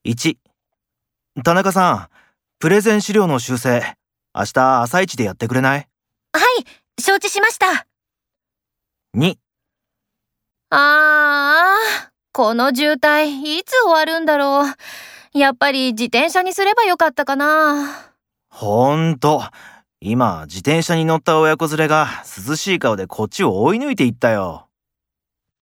1、田中さん、プレゼン資料の修正、明日朝一でやってくれない？ はい、承知しました。 2、 この渋滞、いつ終わるんだろう。やっぱり自転車にすればよかったかな。 ほんと、今、自転車に乗った親子連れが涼しい顔でこっちを追い抜いていったよ。